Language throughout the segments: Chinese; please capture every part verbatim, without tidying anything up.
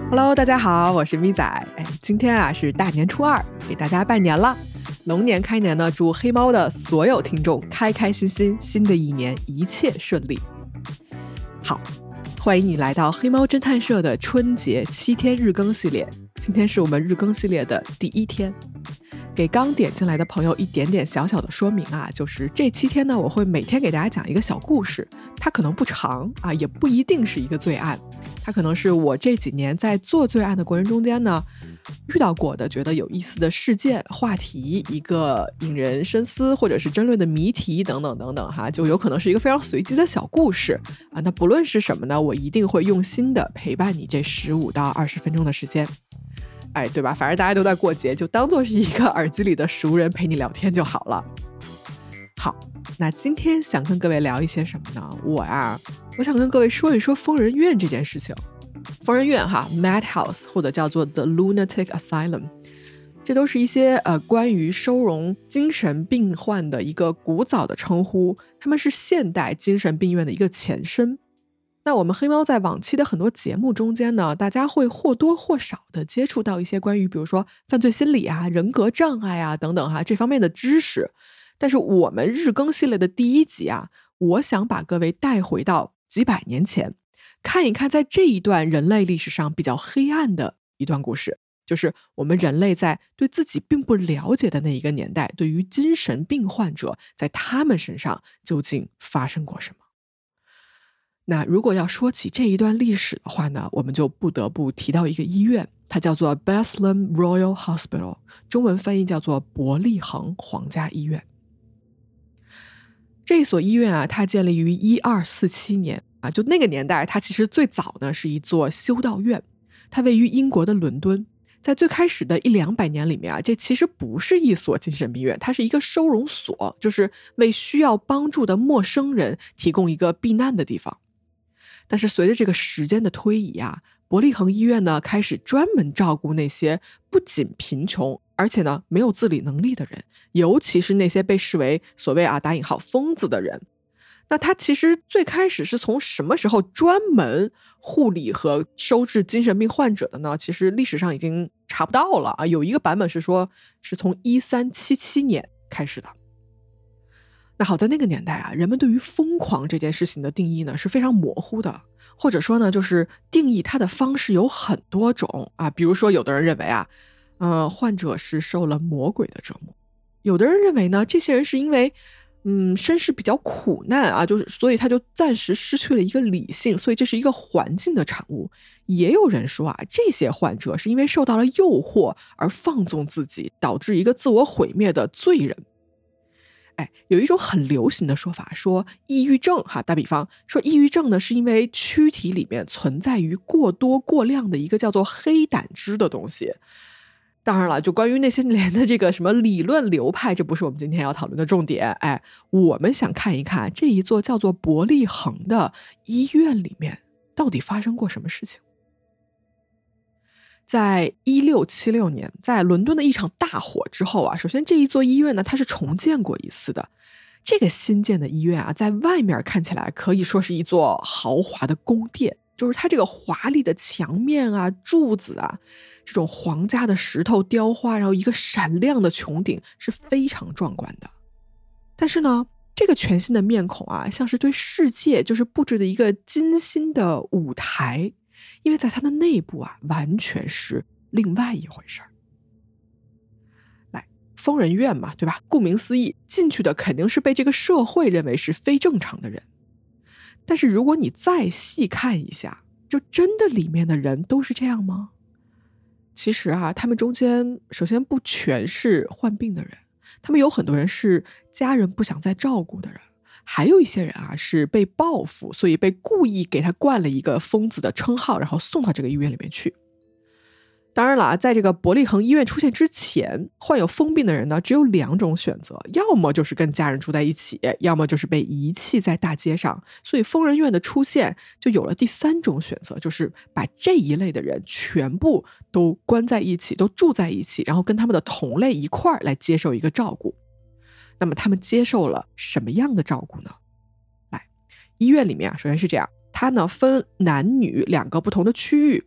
Hello， 大家好，我是咪仔。哎，今天啊是大年初二，给大家拜年了。龙年开年呢，祝黑猫的所有听众开开心心，新的一年一切顺利。好，欢迎你来到黑猫侦探社的春节七天日更系列。今天是我们日更系列的第一天。给刚点进来的朋友一点点小小的说明啊，就是这七天呢，我会每天给大家讲一个小故事，它可能不长啊，也不一定是一个罪案，它可能是我这几年在做罪案的过程中间呢遇到过的觉得有意思的事件、话题，一个引人深思或者是争论的谜题等等等等哈，就有可能是一个非常随机的小故事啊。那不论是什么呢，我一定会用心的陪伴你这十五到二十分钟的时间。哎，对吧？反正大家都在过节，就当做是一个耳机里的熟人陪你聊天就好了。好，那今天想跟各位聊一些什么呢？我呀，我想跟各位说一说疯人院这件事情。疯人院哈 Madhouse 或者叫做 The Lunatic Asylum， 这都是一些呃关于收容精神病患的一个古早的称呼，他们是现代精神病院的一个前身。那我们黑猫在往期的很多节目中间呢，大家会或多或少的接触到一些关于比如说犯罪心理啊、人格障碍啊等等哈这方面的知识。但是我们日更系列的第一集啊，我想把各位带回到几百年前，看一看在这一段人类历史上比较黑暗的一段故事，就是我们人类在对自己并不了解的那一个年代，对于精神病患者在他们身上究竟发生过什么。那如果要说起这一段历史的话呢，我们就不得不提到一个医院，它叫做 Bethlehem Royal Hospital， 中文翻译叫做伯利恒皇家医院。这所医院啊，它建立于一二四七年啊，就那个年代，它其实最早呢是一座修道院，它位于英国的伦敦。在最开始的一两百年里面啊，这其实不是一所精神病院，它是一个收容所，就是为需要帮助的陌生人提供一个避难的地方。但是随着这个时间的推移啊，伯利恒医院呢开始专门照顾那些不仅贫穷，而且呢没有自理能力的人，尤其是那些被视为所谓啊打引号疯子的人。那他其实最开始是从什么时候专门护理和收治精神病患者的呢？其实历史上已经查不到了啊。有一个版本是说是从一三七七年开始的。那好在那个年代啊，人们对于疯狂这件事情的定义呢是非常模糊的，或者说呢就是定义它的方式有很多种啊。比如说有的人认为啊，呃，患者是受了魔鬼的折磨，有的人认为呢这些人是因为嗯身世比较苦难啊，就是所以他就暂时失去了一个理性，所以这是一个环境的产物。也有人说啊，这些患者是因为受到了诱惑而放纵自己，导致一个自我毁灭的罪人。哎，有一种很流行的说法，说抑郁症哈，打比方说抑郁症呢是因为躯体里面存在于过多过量的一个叫做黑胆汁的东西。当然了，就关于那些年的这个什么理论流派，这不是我们今天要讨论的重点。哎，我们想看一看这一座叫做伯利恒的医院里面到底发生过什么事情。在一六七六年，在伦敦的一场大火之后啊，首先这一座医院呢，它是重建过一次的。这个新建的医院啊，在外面看起来可以说是一座豪华的宫殿，就是它这个华丽的墙面啊、柱子啊，这种皇家的石头雕花，然后一个闪亮的穹顶，是非常壮观的。但是呢，这个全新的面孔啊，像是对世界就是布置的一个精心的舞台。因为在它的内部啊，完全是另外一回事儿。来，疯人院嘛，对吧？顾名思义，进去的肯定是被这个社会认为是非正常的人。但是如果你再细看一下，就真的里面的人都是这样吗？其实啊，他们中间首先不全是患病的人，他们有很多人是家人不想再照顾的人。还有一些人啊是被报复，所以被故意给他冠了一个疯子的称号，然后送到这个医院里面去。当然了，在这个伯利恒医院出现之前，患有疯病的人呢只有两种选择，要么就是跟家人住在一起，要么就是被遗弃在大街上。所以疯人院的出现就有了第三种选择，就是把这一类的人全部都关在一起，都住在一起，然后跟他们的同类一块儿来接受一个照顾。那么他们接受了什么样的照顾呢？来，医院里面啊，首先是这样，它呢分男女两个不同的区域。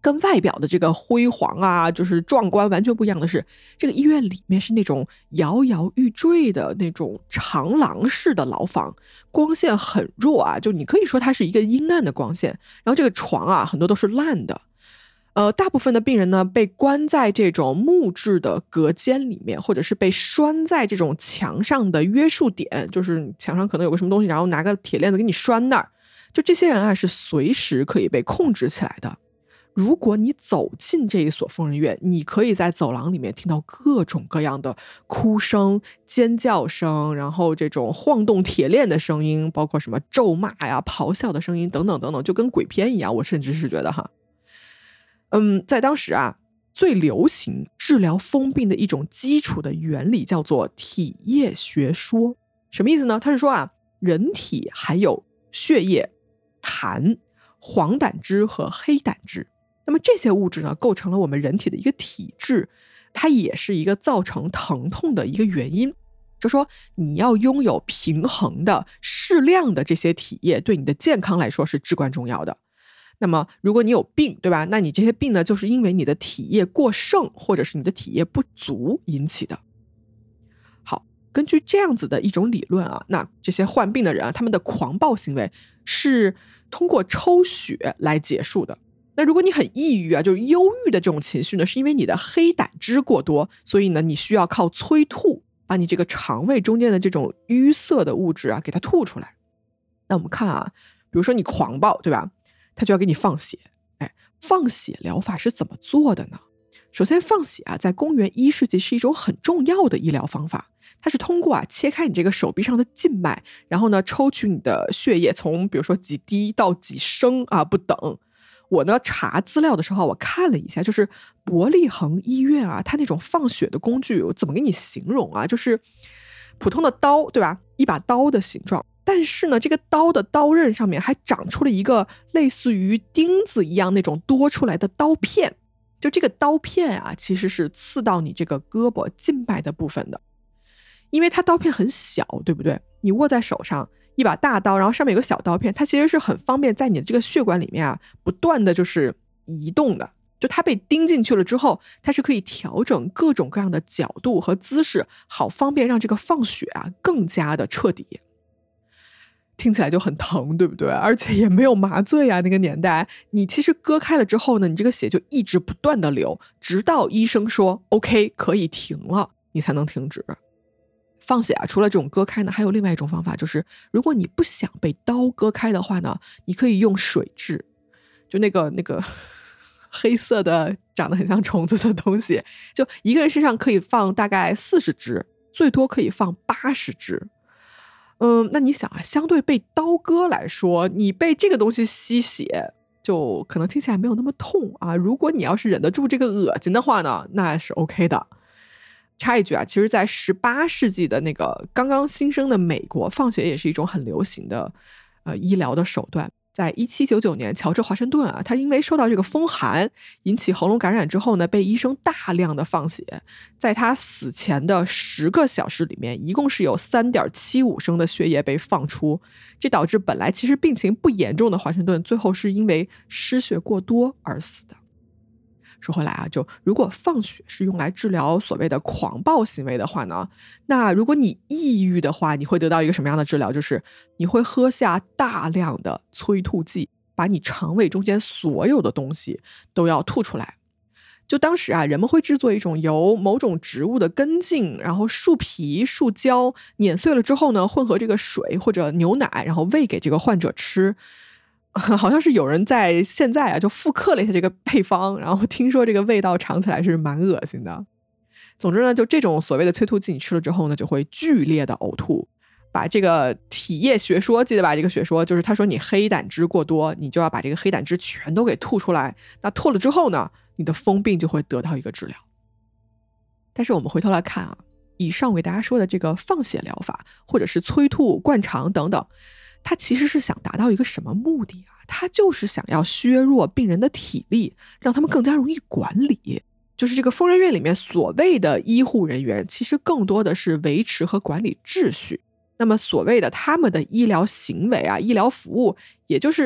跟外表的这个辉煌啊，就是壮观完全不一样的是，这个医院里面是那种摇摇欲坠的那种长廊式的牢房，光线很弱啊，就你可以说它是一个阴暗的光线，然后这个床啊很多都是烂的。呃，大部分的病人呢被关在这种木质的隔间里面，或者是被拴在这种墙上的约束点，就是墙上可能有个什么东西，然后拿个铁链子给你拴那儿。就这些人啊是随时可以被控制起来的。如果你走进这一所疯人院，你可以在走廊里面听到各种各样的哭声、尖叫声，然后这种晃动铁链的声音，包括什么咒骂呀、咆哮的声音等等等等，就跟鬼片一样，我甚至是觉得哈。嗯，在当时啊，最流行治疗疯病的一种基础的原理叫做体液学说。什么意思呢？他是说啊，人体含有血液、痰、黄胆汁和黑胆汁。那么这些物质呢，构成了我们人体的一个体质，它也是一个造成疼痛的一个原因。就说你要拥有平衡的、适量的这些体液，对你的健康来说是至关重要的。那么如果你有病，对吧？那你这些病呢，就是因为你的体液过剩，或者是你的体液不足引起的。好，根据这样子的一种理论啊，那这些患病的人啊，他们的狂暴行为是通过抽血来结束的。那如果你很抑郁啊，就是忧郁的这种情绪呢，是因为你的黑胆汁过多，所以呢，你需要靠催吐，把你这个肠胃中间的这种淤塞的物质啊，给它吐出来。那我们看啊，比如说你狂暴，对吧？他就要给你放血。哎，放血疗法是怎么做的呢？首先，放血啊，在公元一世纪是一种很重要的医疗方法。它是通过啊切开你这个手臂上的静脉，然后呢抽取你的血液，从比如说几滴到几升啊不等。我呢查资料的时候，我看了一下，就是伯利恒医院啊，它那种放血的工具，我怎么给你形容啊？就是普通的刀，对吧？一把刀的形状。但是呢，这个刀的刀刃上面还长出了一个类似于钉子一样那种多出来的刀片，就这个刀片啊，其实是刺到你这个胳膊静脉的部分的。因为它刀片很小，对不对？你握在手上，一把大刀，然后上面有个小刀片，它其实是很方便在你的这个血管里面啊，不断的就是移动的。就它被钉进去了之后，它是可以调整各种各样的角度和姿势，好方便让这个放血啊更加的彻底。听起来就很疼，对不对？而且也没有麻醉啊，那个年代你其实割开了之后呢，你这个血就一直不断的流，直到医生说 OK 可以停了，你才能停止。放血啊，除了这种割开呢，还有另外一种方法，就是如果你不想被刀割开的话呢，你可以用水蛭，就那个那个黑色的长得很像虫子的东西，就一个人身上可以放大概四十支，最多可以放八十支。嗯，那你想啊，相对被刀割来说，你被这个东西吸血就可能听起来没有那么痛啊。如果你要是忍得住这个恶心的话呢，那是 OK 的。插一句啊，其实在十八世纪的那个刚刚新生的美国，放血也是一种很流行的呃医疗的手段。在一七九九年，乔治华盛顿啊，他因为受到这个风寒引起喉咙感染之后呢，被医生大量的放血，在他死前的十个小时里面，一共是有 三点七五升的血液被放出，这导致本来其实病情不严重的华盛顿最后是因为失血过多而死的。说回来啊，就如果放血是用来治疗所谓的狂暴行为的话呢，那如果你抑郁的话，你会得到一个什么样的治疗？就是你会喝下大量的催吐剂，把你肠胃中间所有的东西都要吐出来。就当时啊，人们会制作一种由某种植物的根茎，然后树皮、树胶碾碎了之后呢，混合这个水或者牛奶，然后喂给这个患者吃。好像是有人在现在啊就复刻了一下这个配方，然后听说这个味道尝起来是蛮恶心的。总之呢，就这种所谓的催吐剂你吃了之后呢，就会剧烈的呕吐。把这个体液学说，记得吧？这个学说就是他说你黑胆汁过多，你就要把这个黑胆汁全都给吐出来。那吐了之后呢，你的疯病就会得到一个治疗。但是我们回头来看啊，以上我给大家说的这个放血疗法，或者是催吐、灌肠等等，它其实是想达到一个什么目的啊？它就是想要削弱病人的体力，让他们更加容易管理。就是这个疯人院里面所谓的医护人员，其实更多的是维持和管理秩序。那么所谓的他们的医疗行为啊、医疗服务，也就是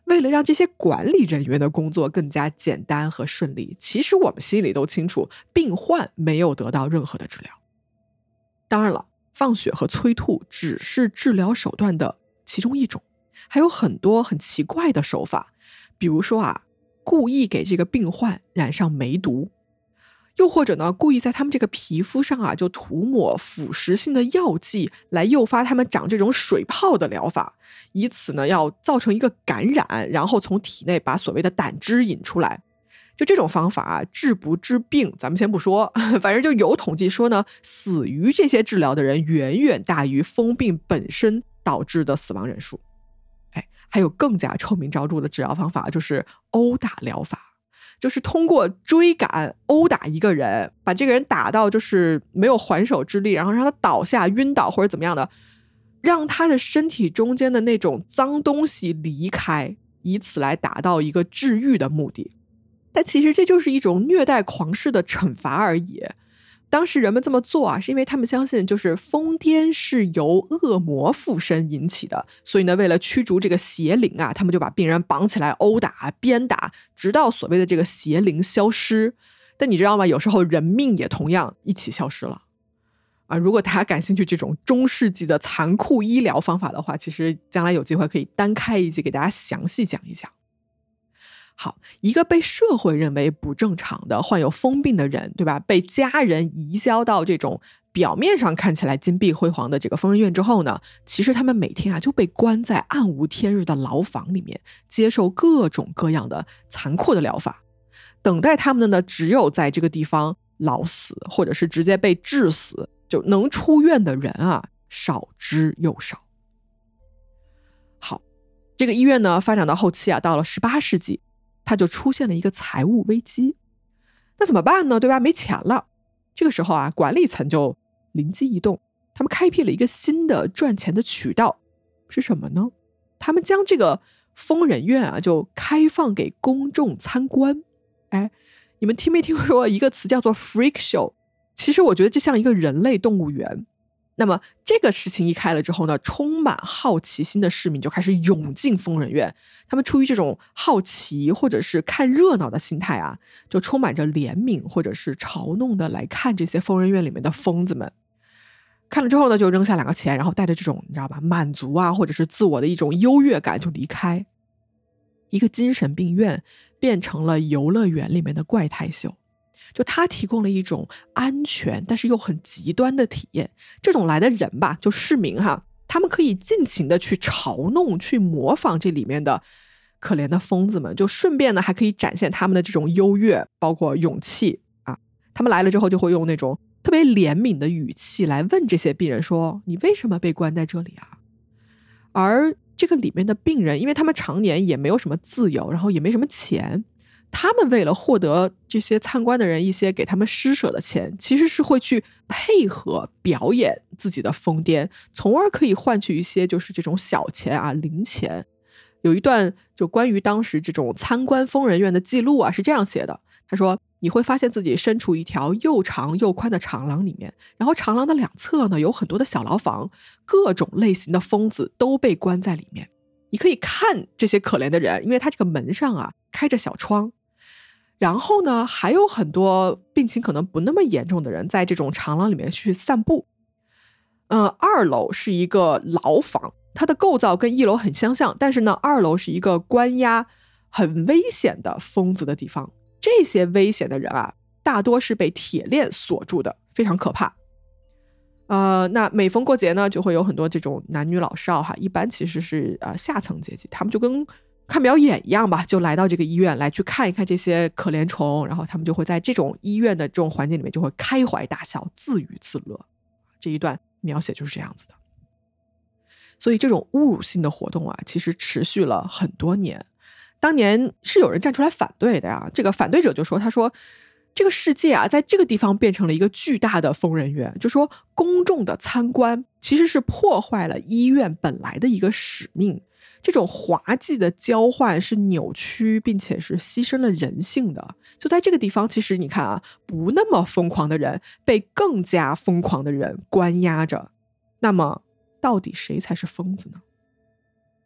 为了让这些管理人员的工作更加简单和顺利，其实我们心里都清楚，病患没有得到任何的治疗。当然了，放血和催吐只是治疗手段的其中一种，还有很多很奇怪的手法，比如说啊，故意给这个病患染上梅毒，又或者呢，故意在他们这个皮肤上啊，就涂抹腐蚀性的药剂，来诱发他们长这种水泡的疗法，以此呢，要造成一个感染，然后从体内把所谓的胆汁引出来。就这种方法啊，治不治病咱们先不说，反正就有统计说呢，死于这些治疗的人远远大于疯病本身导致的死亡人数。哎，还有更加臭名昭著的治疗方法，就是殴打疗法。就是通过追赶殴打一个人，把这个人打到就是没有还手之力，然后让他倒下晕倒或者怎么样的，让他的身体中间的那种脏东西离开，以此来达到一个治愈的目的。但其实这就是一种虐待狂式的惩罚而已。当时人们这么做啊，是因为他们相信就是疯癫是由恶魔附身引起的，所以呢，为了驱逐这个邪灵啊，他们就把病人绑起来殴打鞭打，直到所谓的这个邪灵消失。但你知道吗，有时候人命也同样一起消失了啊！如果大家感兴趣这种中世纪的残酷医疗方法的话，其实将来有机会可以单开一集给大家详细讲一讲。好，一个被社会认为不正常的患有疯病的人，对吧？被家人移交到这种表面上看起来金碧辉煌的这个疯人院之后呢，其实他们每天啊就被关在暗无天日的牢房里面，接受各种各样的残酷的疗法。等待他们的呢，只有在这个地方老死，或者是直接被致死，就能出院的人啊少之又少。好，这个医院呢发展到后期啊，到了十八世纪。他就出现了一个财务危机，那怎么办呢？对吧？没钱了。这个时候啊，管理层就灵机一动，他们开辟了一个新的赚钱的渠道，是什么呢？他们将这个疯人院啊，就开放给公众参观。哎，你们听没听说一个词叫做 freak show？ 其实我觉得这像一个人类动物园。那么这个事情一开了之后呢，充满好奇心的市民就开始涌进疯人院，他们出于这种好奇或者是看热闹的心态啊，就充满着怜悯或者是嘲弄的来看这些疯人院里面的疯子们。看了之后呢，就扔下两个钱，然后带着这种你知道吧，满足啊或者是自我的一种优越感就离开。一个精神病院变成了游乐园里面的怪胎秀。就他提供了一种安全但是又很极端的体验，这种来的人吧，就市民哈，他们可以尽情的去嘲弄去模仿这里面的可怜的疯子们，就顺便呢还可以展现他们的这种优越包括勇气啊。他们来了之后就会用那种特别怜悯的语气来问这些病人说，你为什么被关在这里啊？而这个里面的病人，因为他们常年也没有什么自由，然后也没什么钱，他们为了获得这些参观的人一些给他们施舍的钱，其实是会去配合表演自己的疯癫，从而可以换取一些就是这种小钱啊零钱。有一段就关于当时这种参观疯人院的记录啊是这样写的，他说你会发现自己身处一条又长又宽的长廊里面，然后长廊的两侧呢有很多的小牢房，各种类型的疯子都被关在里面。你可以看这些可怜的人，因为他这个门上啊开着小窗，然后呢还有很多病情可能不那么严重的人在这种长廊里面去散步。呃，二楼是一个牢房，它的构造跟一楼很相像，但是呢二楼是一个关押很危险的疯子的地方。这些危险的人啊大多是被铁链锁住的，非常可怕。呃，那每逢过节呢就会有很多这种男女老少哈，一般其实是呃下层阶级，他们就跟看表演一样吧，就来到这个医院来去看一看这些可怜虫，然后他们就会在这种医院的这种环境里面就会开怀大笑，自娱自乐。这一段描写就是这样子的。所以这种侮辱性的活动啊其实持续了很多年，当年是有人站出来反对的呀。这个反对者就说，他说这个世界啊在这个地方变成了一个巨大的疯人院，就说公众的参观其实是破坏了医院本来的一个使命，这种滑稽的交换是扭曲并且是牺牲了人性的。就在这个地方，其实你看啊，不那么疯狂的人被更加疯狂的人关押着，那么到底谁才是疯子呢？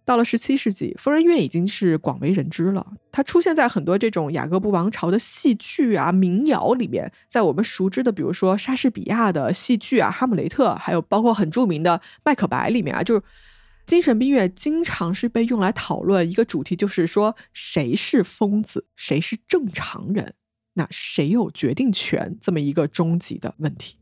到了十七世纪，疯人院已经是广为人知了，它出现在很多这种雅各布王朝的戏剧啊、民谣里面，在我们熟知的比如说莎士比亚的戏剧啊、哈姆雷特，还有包括很著名的麦可白里面啊，就是精神病院经常是被用来讨论一个主题，就是说谁是疯子，谁是正常人，那谁有决定权，这么一个终极的问题。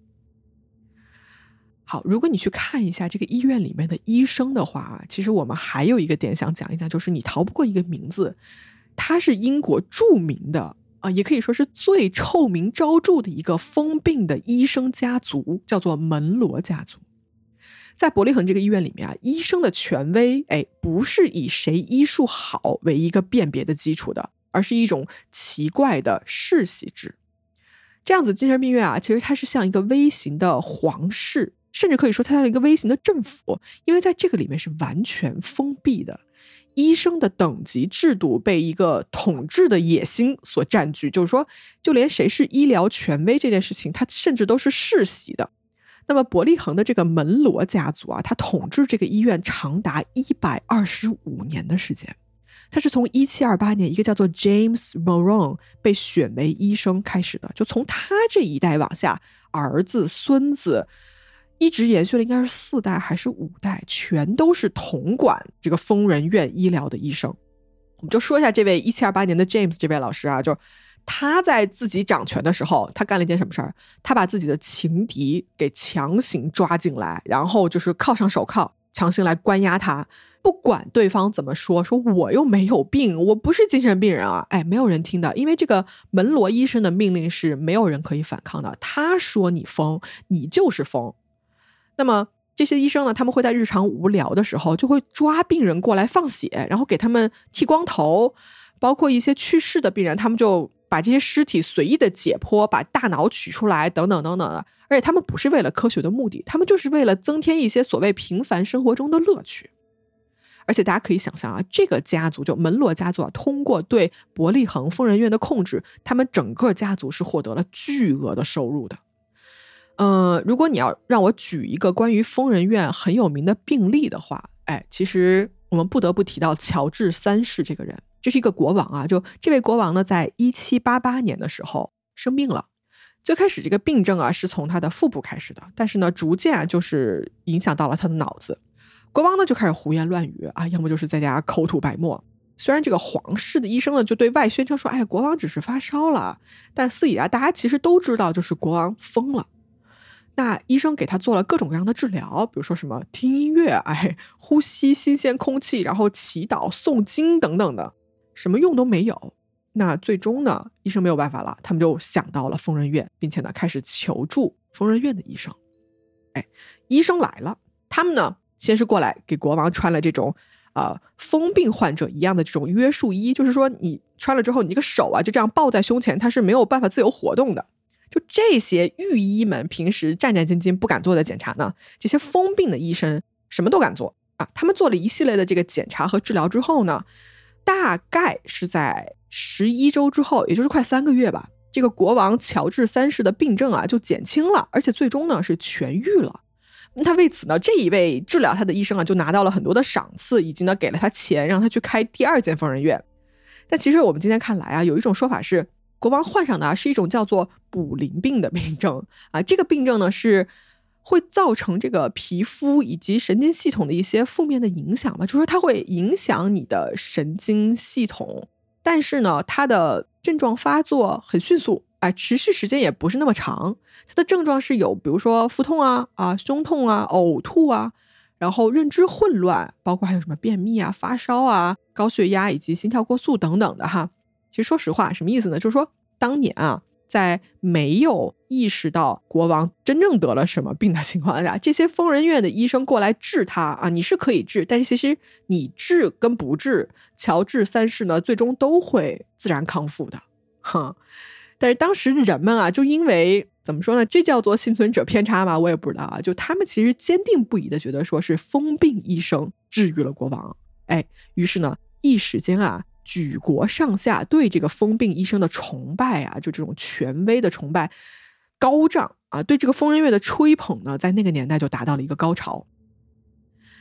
好，如果你去看一下这个医院里面的医生的话，其实我们还有一个点想讲一讲，就是你逃不过一个名字，他是英国著名的啊，也可以说是最臭名昭著的一个疯病的医生家族，叫做门罗家族。在伯利恒这个医院里面啊，医生的权威哎，不是以谁医术好为一个辨别的基础的，而是一种奇怪的世袭制。这样子精神病院啊，其实它是像一个微型的皇室，甚至可以说它像一个微型的政府，因为在这个里面是完全封闭的。医生的等级制度被一个统治的野心所占据，就是说就连谁是医疗权威这件事情，它甚至都是世袭的。那么伯利恒的这个门罗家族啊，他统治这个医院长达一百二十五年的时间。他是从一七二八年一个叫做 James Moran 被选为医生开始的，就从他这一代往下，儿子孙子一直延续了应该是四代还是五代，全都是统管这个疯人院医疗的医生。我们就说一下这位一七二八年的 James 这位老师啊，就他在自己掌权的时候，他干了一件什么事儿？他把自己的情敌给强行抓进来，然后就是铐上手铐，强行来关押他。不管对方怎么说，说我又没有病，我不是精神病人啊，哎，没有人听的，因为这个门罗医生的命令是没有人可以反抗的，他说你疯，你就是疯。那么这些医生呢，他们会在日常无聊的时候，就会抓病人过来放血，然后给他们剃光头，包括一些去世的病人，他们就把这些尸体随意的解剖，把大脑取出来，等等等等的。而且他们不是为了科学的目的，他们就是为了增添一些所谓平凡生活中的乐趣。而且大家可以想象啊，这个家族就门罗家族啊，通过对伯利恒疯人院的控制，他们整个家族是获得了巨额的收入的。呃，如果你要让我举一个关于疯人院很有名的病例的话，哎，其实我们不得不提到乔治三世这个人。这是一个国王啊，就这位国王呢，在一七八八年的时候生病了。最开始这个病症啊是从他的腹部开始的，但是呢，逐渐啊就是影响到了他的脑子。国王呢就开始胡言乱语啊，要么就是在家口吐白沫。虽然这个皇室的医生呢就对外宣称说，哎，国王只是发烧了，但是私底下大家其实都知道，就是国王疯了。那医生给他做了各种各样的治疗，比如说什么听音乐，哎，呼吸新鲜空气，然后祈祷、诵经等等的，什么用都没有。那最终呢，医生没有办法了，他们就想到了疯人院，并且呢开始求助疯人院的医生。哎，医生来了，他们呢先是过来给国王穿了这种呃疯病患者一样的这种约束衣，就是说你穿了之后，你这个手啊就这样抱在胸前，它是没有办法自由活动的。就这些御医们平时战战兢兢不敢做的检查呢，这些疯病的医生什么都敢做啊！他们做了一系列的这个检查和治疗之后呢，大概是在十一周之后，也就是快三个月吧，这个国王乔治三世的病症啊就减轻了，而且最终呢是痊愈了。他为此呢，这一位治疗他的医生啊就拿到了很多的赏赐，以及呢给了他钱，让他去开第二间疯人院。但其实我们今天看来啊，有一种说法是，国王患上的啊是一种叫做卟啉病的病症啊，这个病症呢是会造成这个皮肤以及神经系统的一些负面的影响吧，就是说它会影响你的神经系统，但是呢，它的症状发作很迅速，哎，持续时间也不是那么长。它的症状是有，比如说腹痛啊、啊胸痛啊、呕吐啊，然后认知混乱，包括还有什么便秘啊、发烧啊、高血压以及心跳过速等等的哈。其实说实话，什么意思呢？就是说当年啊，在没有意识到国王真正得了什么病的情况下，这些疯人院的医生过来治他啊，你是可以治，但是其实你治跟不治，乔治三世呢最终都会自然康复的。哈，但是当时人们啊，就因为怎么说呢，这叫做幸存者偏差嘛，我也不知道啊，就他们其实坚定不移的觉得说是疯病医生治愈了国王，哎，于是呢，一时间啊，举国上下对这个疯病医生的崇拜啊，就这种权威的崇拜高涨啊，对这个疯人院的吹捧呢，在那个年代就达到了一个高潮。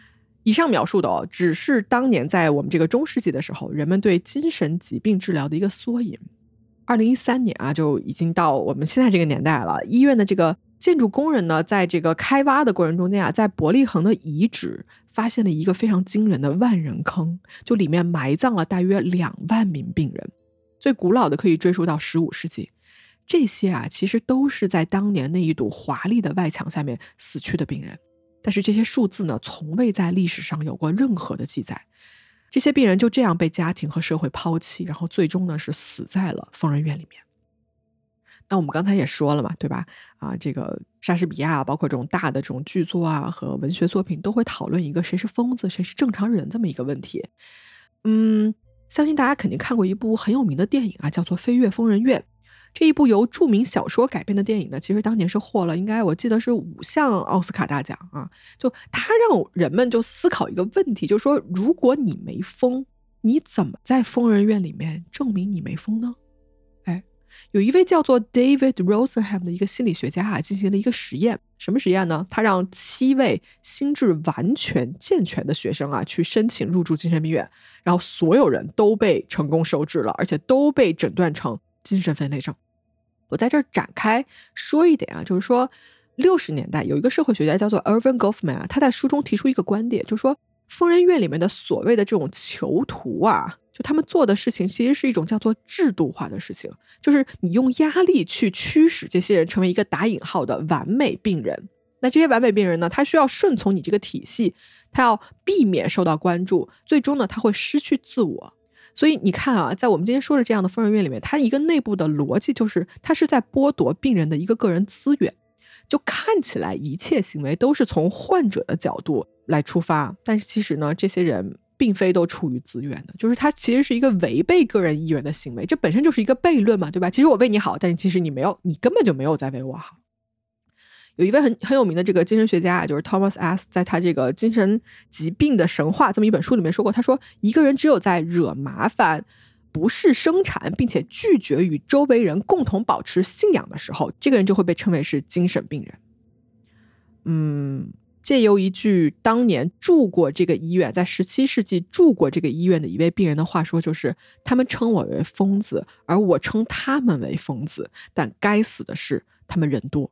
以上描述的哦，只是当年在我们这个中世纪的时候，人们对精神疾病治疗的一个缩影。二零一三年啊，就已经到我们现在这个年代了。医院的这个建筑工人呢，在这个开挖的过程中间啊，在伯利恒的遗址发现了一个非常惊人的万人坑，就里面埋葬了大约两万名病人。最古老的可以追溯到十五世纪。这些啊，其实都是在当年那一堵华丽的外墙下面死去的病人。但是这些数字呢，从未在历史上有过任何的记载。这些病人就这样被家庭和社会抛弃，然后最终呢是死在了疯人院里面。那我们刚才也说了嘛，对吧？啊，这个莎士比亚包括这种大的这种剧作啊和文学作品都会讨论一个谁是疯子谁是正常人这么一个问题。嗯，相信大家肯定看过一部很有名的电影啊，叫做《飞越疯人院》。这一部由著名小说改编的电影呢，其实当年是获了应该我记得是五项奥斯卡大奖啊。就它让人们就思考一个问题，就是说如果你没疯，你怎么在疯人院里面证明你没疯呢？哎，有一位叫做 David Rosenham 的一个心理学家啊，进行了一个实验。什么实验呢？他让七位心智完全健全的学生啊去申请入住精神病院，然后所有人都被成功收治了，而且都被诊断成精神分裂症。我在这儿展开说一点啊，就是说六十年代有一个社会学家叫做 Erving Goffman 啊，他在书中提出一个观点，就是说疯人院里面的所谓的这种囚徒啊，就他们做的事情其实是一种叫做制度化的事情，就是你用压力去驱使这些人成为一个打引号的完美病人。那这些完美病人呢，他需要顺从你这个体系，他要避免受到关注，最终呢他会失去自我。所以你看啊，在我们今天说的这样的疯人院里面，它一个内部的逻辑就是它是在剥夺病人的一个个人资源，就看起来一切行为都是从患者的角度来出发，但是其实呢这些人并非都出于自愿的，就是它其实是一个违背个人意愿的行为，这本身就是一个悖论嘛，对吧？其实我为你好，但是其实你没有，你根本就没有在为我好。有一位很很有名的这个精神学家，就是 Thomas S， 在他这个精神疾病的神话这么一本书里面说过，他说一个人只有在惹麻烦、不是生产，并且拒绝与周围人共同保持信仰的时候，这个人就会被称为是精神病人。嗯，借由一句当年住过这个医院，在十七世纪住过这个医院的一位病人的话说，就是他们称我为疯子，而我称他们为疯子，但该死的是他们人多。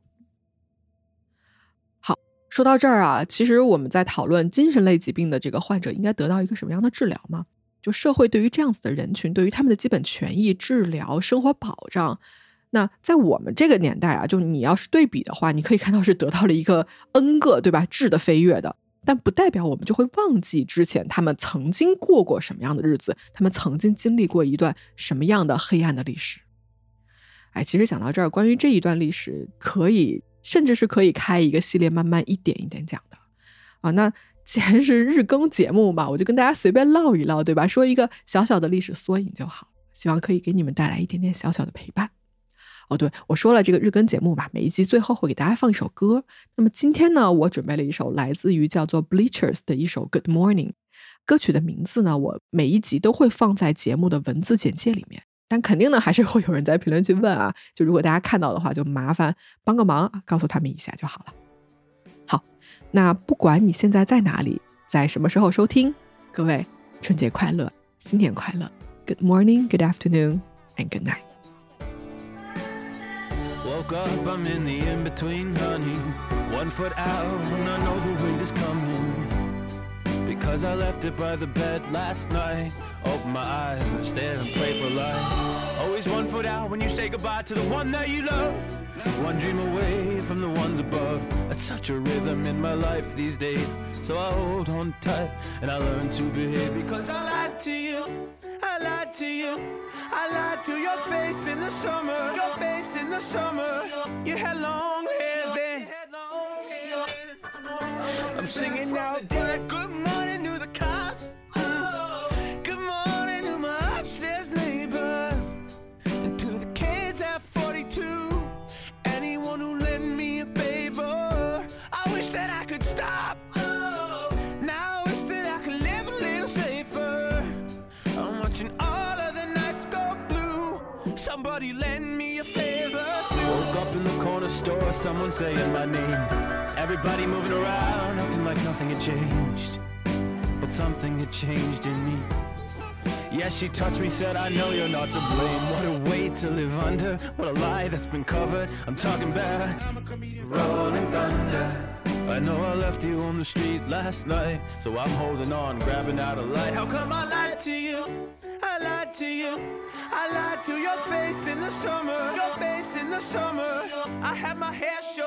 说到这儿啊，其实我们在讨论精神类疾病的这个患者应该得到一个什么样的治疗吗？就社会对于这样子的人群，对于他们的基本权益、治疗、生活保障，那在我们这个年代啊，就你要是对比的话，你可以看到是得到了一个 N 个对吧质的飞跃的，但不代表我们就会忘记之前他们曾经过过什么样的日子，他们曾经经历过一段什么样的黑暗的历史。哎，其实讲到这儿，关于这一段历史可以甚至是可以开一个系列慢慢一点一点讲的啊。那既然是日更节目嘛，我就跟大家随便唠一唠，对吧？说一个小小的历史缩影就好，希望可以给你们带来一点点小小的陪伴。哦，对，我说了这个日更节目吧，每一集最后会给大家放一首歌。那么今天呢，我准备了一首来自于叫做 Bleachers 的一首 Good Morning。歌曲的名字呢，我每一集都会放在节目的文字简介里面。但肯定呢，还是会有人在评论区问啊，就如果大家看到的话，就麻烦帮个忙，告诉他们一下就好了。好，那不管你现在在哪里，在什么时候收听，各位春节快乐，新年快乐 Good morning, good afternoon, and good night. Woke up, I'm in the in-between, honey. One foot out, and I know the weight is coming.Because I left it by the bed last night. Open my eyes and stare and pray for life. Always one foot out when you say goodbye to the one that you love. One dream away from the ones above. That's such a rhythm in my life these days. So I hold on tight and I learn to behave. Because I lied to you, I lied to you, I lied to your face in the summer. Your face in the summer. You had long hair then. I'm singing now, good morning to the cars. Good morning to my upstairs neighbor. And to the kids at forty-two. Anyone who lent me a paper. I wish that I could stop. Now I wish that I could live a little safer. I'm watching all of the nights go blue. Somebody lend me a favor. Woke up in the corner store, someone saying my name. Everybody moving around, acting like nothing had changed. but something had changed in me. Yes, she touched me, said, I know you're not to blame. What a weight to live under, what a lie that's been covered. I'm talking about rolling thunder. I know I left you on the street last night, so I'm holding on, grabbing out a light. How come I lied to you? I lied to you. I lied to your face in the summer. Your face in the summer. I had my hair short.